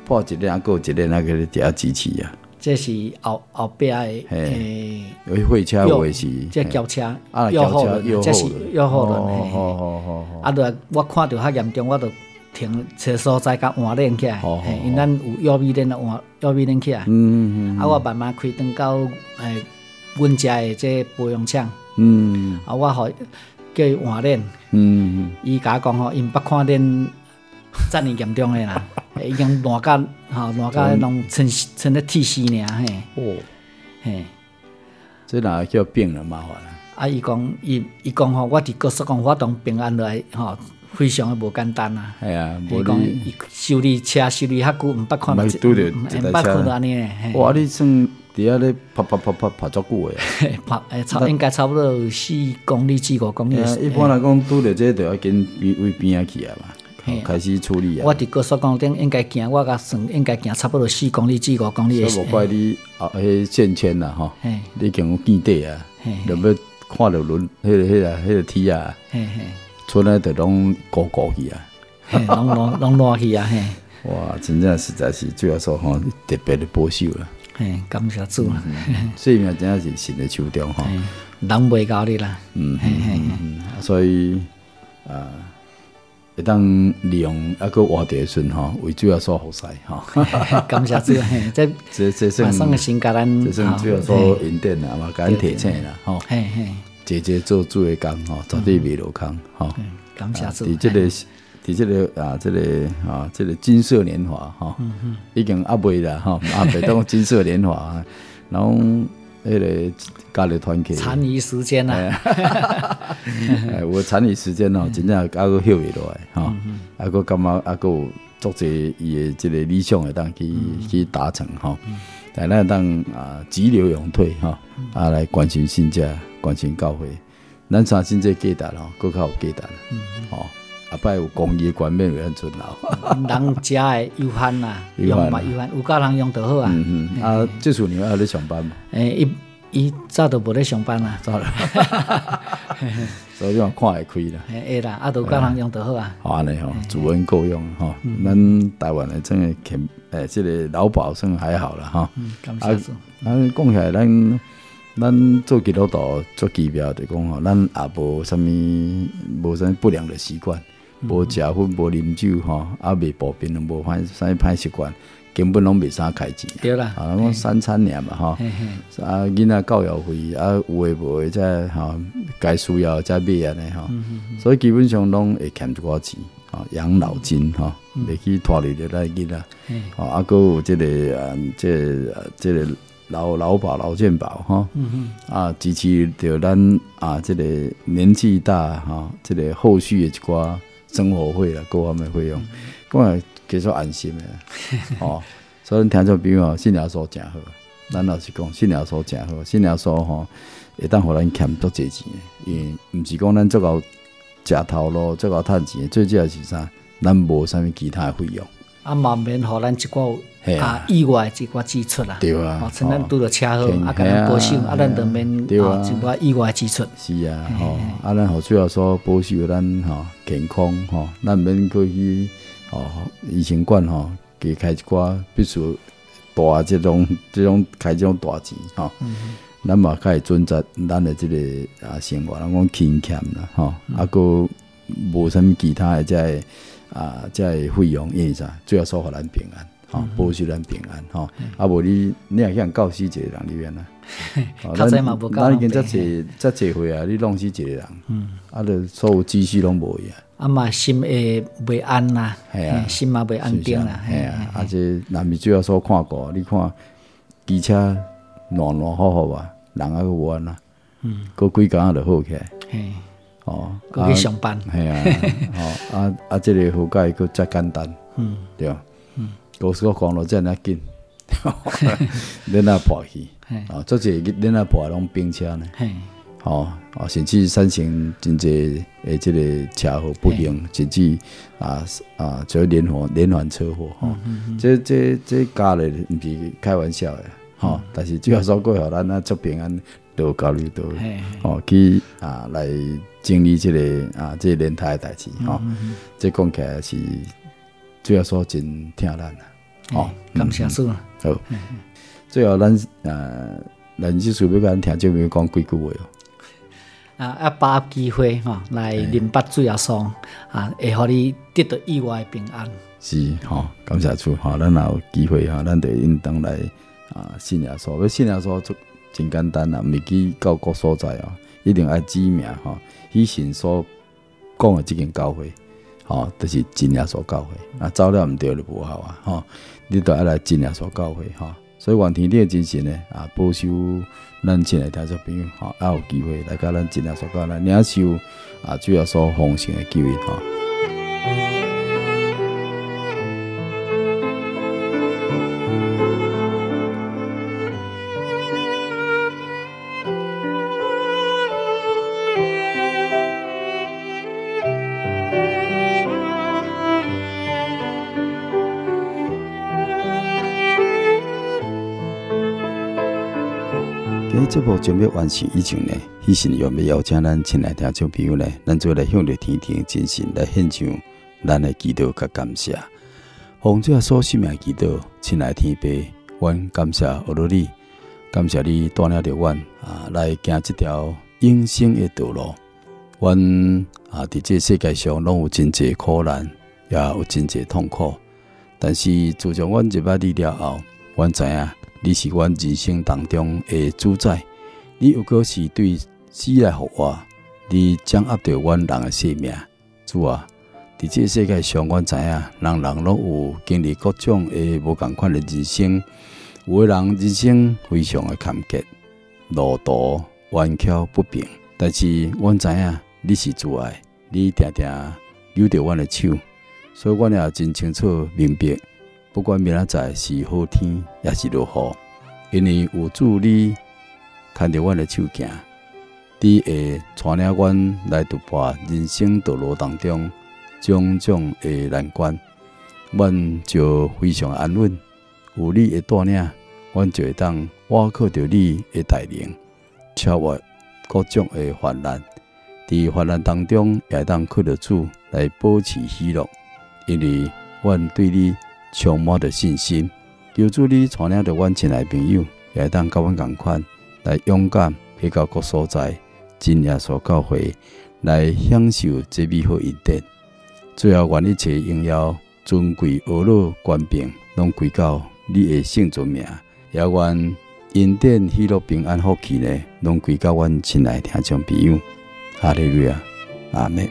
抱一个，还有一个那个底支持啊。 这是后后壁的诶，有货车有的是， 这轿车， 啊，轿车又这是又好轮， 好好好好好。 啊，著我看到较严重，我著停车所在甲换链起来，因咱有药米链换药米链起来，嗯嗯啊，我慢慢开灯到诶，阮家的这保养厂，嗯，啊，我互叫伊换链，嗯，伊甲我讲吼，因捌看链遮尔严重的啦。已经烂甲吼，烂甲拢成成咧铁丝尔嘿。哦，嘿， 这哪叫病了麻烦啦？ 啊，伊讲伊伊讲吼，我伫高速公路当平安落来吼，非常的无简单啊。 系啊， 伊讲伊修理车修理遐久，毋捌看到，毋捌看到安尼诶。 哇，你算伫遐咧拍拍拍拍拍足久诶。 拍诶，差应该差不多四公里至五公里。 一般来讲，拄着这就要紧为边仔去啊嘛。开始处理啊！ 我伫高速公路顶应该行，我甲算应该行差不多四公里至五公里。 所以无怪你啊，迄线圈啦吼，你已经见底啊，就要看到轮迄个、迄个、迄个梯啊，出来就拢高高去啊， 拢拢拢烂去啊！嘿， 哇，真正实在是最后说吼，特别的保守啦。 嘿，感谢主啊！ 所以命真正是神的手中吼， 人袂教你啦。 嗯嗯，所以啊。会当利用啊个活地顺吼，为主要所服侍吼。 感谢主，这这这算马上先甲咱， 这算主要所引电啦，嘛，甲咱提醒啦，吼。 嘿嘿， 姐姐做主的工吼，绝对袂落空吼。 感谢主。 伫这个，伫这个啊，这个啊，这个金色年华吼，已经压未啦吼，啊，袂当金色年华，然后。迄个家里团契， 残余时间啊， 有残余时间哦，真正还佫休袂落来吼，还佫感觉还佫有足侪伊的即个理想会当去去达成吼，但咱当啊急流勇退吼，啊来关心信者，关心教会，咱相信这价值咯，佫较有价值啦，吼。啊，摆有公益的观念为咱存留。 人食的有限啦，用嘛有限，有够人用就好啊。 嗯嗯。啊，这次你还咧上班嘛？ 诶，伊伊早都无咧上班啦。 早啦。所以讲看会开啦。 会啦，啊，都够人用就好啊。 好安尼吼，主恩够用吼。咱台湾的真个欠诶，这个劳保算还好啦吼。 嗯，感谢主。 啊，讲起来，咱咱做基督徒做奇妙的讲吼，咱也无啥物无啥不良的习惯。无食薰，无啉酒吼，啊，袂步兵，无歹啥歹习惯，根本拢袂啥开钱。 对啦， 啊，讲三餐尔嘛吼，啊，囡仔教育费啊，有诶无诶，再吼该需要再买安尼吼，所以基本上拢会欠一寡钱，吼养老金吼，袂去拖累着咱囡仔，吼啊，佫有即个啊，即即个劳劳保、劳健保吼，啊，支持着咱啊，即个年纪大吼，即个后续诶一寡。生活费啦，各方面费用，讲来其实安心的，哦，所以听众朋友信仰所真好，咱老实讲，信仰所真好，信仰所吼会当互咱欠足侪钱的，因为毋是讲咱足够食头路，足够趁钱，最主要是啥？咱无啥物其他的费用， 啊，嘛免互咱一寡啊意外一寡支出啦， 对啊， 哦，趁咱拄着车祸，啊，甲咱保守，啊，咱就免啊一寡意外支出。 是啊，吼，啊，咱互主要所保守咱吼健康吼，咱免过去吼医生馆吼，加开一寡必须大即种即种开即种大钱吼，咱嘛较会准则咱的即个啊生活，咱讲轻欠啦吼，啊个无啥物其他的即个啊即个费用，因为啥？主要说互咱平安。吼，保守咱平安吼，啊无你你也向教死一个人里面啦， 较早嘛无教， 咱已经遮济遮济岁啊，你弄死一个人，嗯，啊，就所有积蓄拢无去啊， 啊嘛心会袂安啦，系啊，心嘛袂安定啦， 系啊，啊这南面主要所看过，你看机车乱乱好好吧，人啊个无安啦，嗯，过几工啊就好起来， 嘿， 哦， 过去上班， 系啊，哦，啊啊，这个好解佫遮简单，嗯，对啊。高速公路遮尔紧，恁啊破去，啊，做者恁啊破拢冰车呢，吼，啊，甚至产生真侪诶，即个车祸不幸，甚至啊啊，做连环连环车祸，吼，这这这加咧毋是开玩笑诶，吼，但是主要说过后，咱啊足平安，都考虑到，吼，去啊来经历即个啊即个连胎诶代志，吼，这讲起来是主要说真疼咱啦。 好、哦， 感谢主。 好，最后咱呃，咱即次要甲咱听众朋友讲几句话哦。 啊，啊，把握机会吼、哦，来啉八水啊霜啊，会互你得到意外平安。 是，吼、哦，感谢主，吼、哦，咱若有机会哈，咱就应当来啊信耶稣。要信耶稣就真简单啦，毋是去到各所在哦，一定爱指名吼，以神所讲的即间教会，吼、哦，就是真耶稣教会。啊，走了毋对就无效啊，吼、哦，你都爱来真耶稣教会，吼、哦。所以愿天地的真神呢，啊，保守咱亲爱听众朋友，吼、哦，啊有机会来甲咱真耶稣教来领受啊，主要所丰盛的救恩，吼、哦。在这部节目完成以前呢，迄时又要邀请咱亲爱听众朋友呢，咱做来向着天庭真神来献上咱的祈祷甲感谢。奉这所信命祈祷，亲爱天父，阮感谢俄罗你，感谢你带领着阮啊来行这条永生的道路。阮啊伫这世界上拢有真济苦难，也有真济痛苦，但是自从阮入捌你了后，阮知影你是阮人生当中的主宰。你又果是对死来复活，你掌握着阮人的生命。主啊，伫这世界上，阮知影人人拢有经历各种的无同款的人生，有的人人生非常的坎坷、路途弯曲不平，但是阮知影你是主爱，你定定扭着阮的手，所以阮也真清楚明白，不管明仔载是好天也是落雨，因为有主你牵着阮的手行，你会带领阮来突破人生道路当中种种的难关，阮就非常安稳。有你的带领，阮就会当倚靠着你的带领，超越各种的患难。伫患难当中，也会当靠着主来保持喜乐，因为阮对你充满着信心。求主你带领着阮亲爱朋友，也会当甲阮同款来勇敢去到各所在，真耶稣教会来享受这美好恩典。最后，愿一切荣耀、尊贵、阿乐、权柄，拢归到你的圣尊名。也愿恩典、喜乐、平安、福气呢，拢归到阮亲爱听众朋友。哈利路亚，阿们。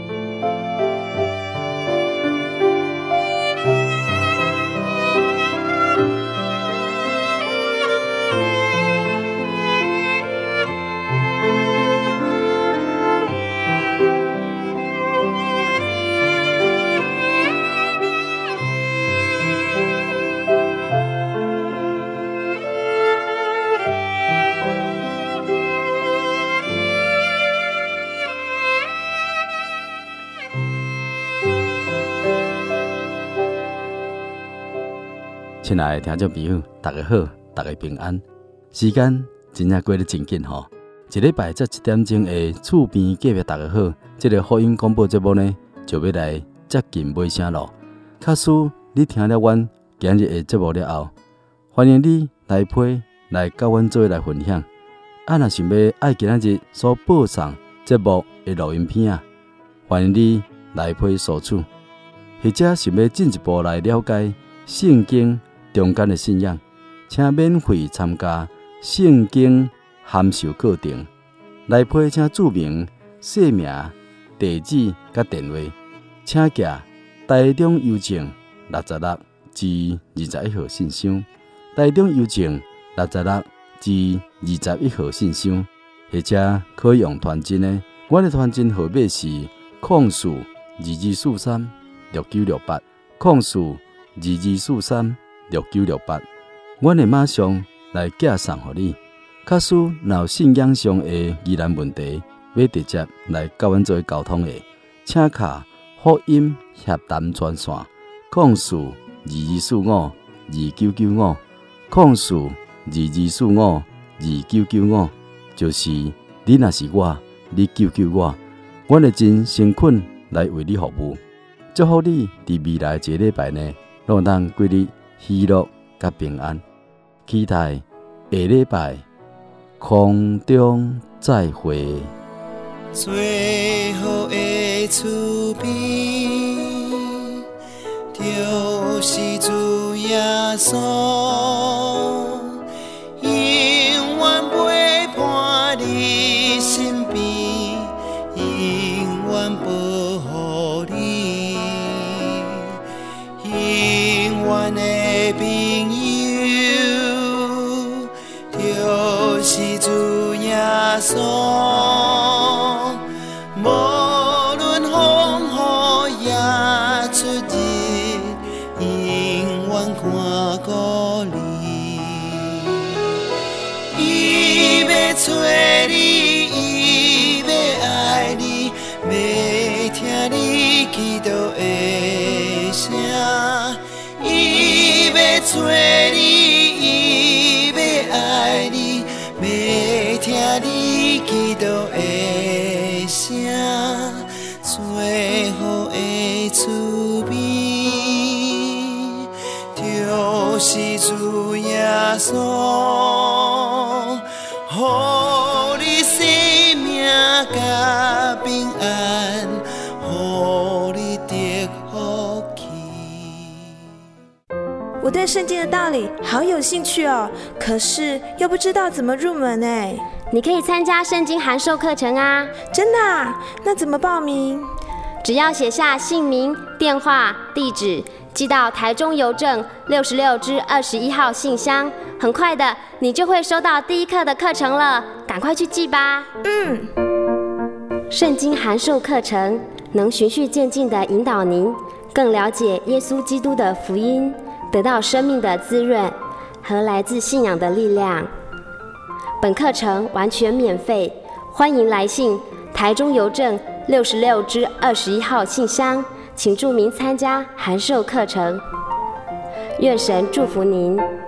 亲爱的听众朋友，大家好，大家平安。时间真正过得真紧吼，一礼拜才一点钟的厝边隔壁大家好，这个福音广播节目呢，就要来接近尾声咯。假使你听了阮今日的节目了后，欢迎你来批来甲阮做来分享。啊，若想要爱今仔日所播送节目的录音片啊，欢迎你来批索取，或者想要进一步来了解圣经中间的信仰，请免费参加圣经函授课程。来批请注明姓名、地址甲电话，请寄台中邮政六十六至二十一号信箱。台中邮政六十六至二十一号信箱，或者可以用传真的。我的传真号码是空四二二四三六九六八，空四二二四三六九六八，我会马上来寄送给你。假使若有信仰上的疑难问题，要直接来甲阮做沟通的，请卡福音协谈专线，控诉二二四五二九九五，控诉二二四五二九九五，就是你若是我，你救救我，我会真诚恳来为你服务。祝福你伫未来一个礼拜呢，拢当归你喜乐甲平安。期待下礼拜空中再会。 最后的厝边，就是主耶稣，永远陪伴你身边，永远保护你，永远的朋友，就是主耶稣。找你，伊要爱你，要听你祈祷的声。伊要找你，伊要爱你，要听你祈祷的声。最好的厝边，就是主耶稣。予你生命甲平安，予你得福气。 我对圣经的道理好有兴趣哦，可是又不知道怎么入门哎。 你可以参加圣经函授课程啊！ 真的啊？那怎么报名？ 只要写下姓名、电话、地址，寄到台中邮政六十六支二十一号信箱，很快的，你就会收到第一课的课程了，赶快去寄吧。 嗯， 圣经函授课程能循序渐进地引导您更了解耶稣基督的福音，得到生命的滋润和来自信仰的力量。本课程完全免费，欢迎来信台中邮政六十六支二十一号信箱，请注明参加函授课程。愿神祝福您。